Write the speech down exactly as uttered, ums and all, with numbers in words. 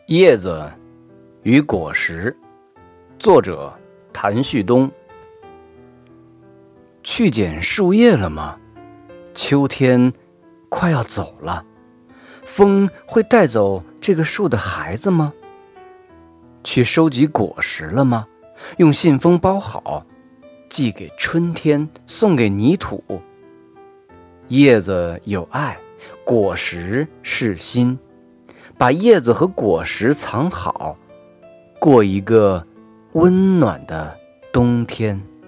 叶子与果实，作者谭旭东。去捡树叶了吗？秋天快要走了，风会带走这个树的孩子吗？去收集果实了吗？用信封包好，寄给春天，送给泥土。叶子有爱，果实是心，把叶子和果实藏好，过一个温暖的冬天。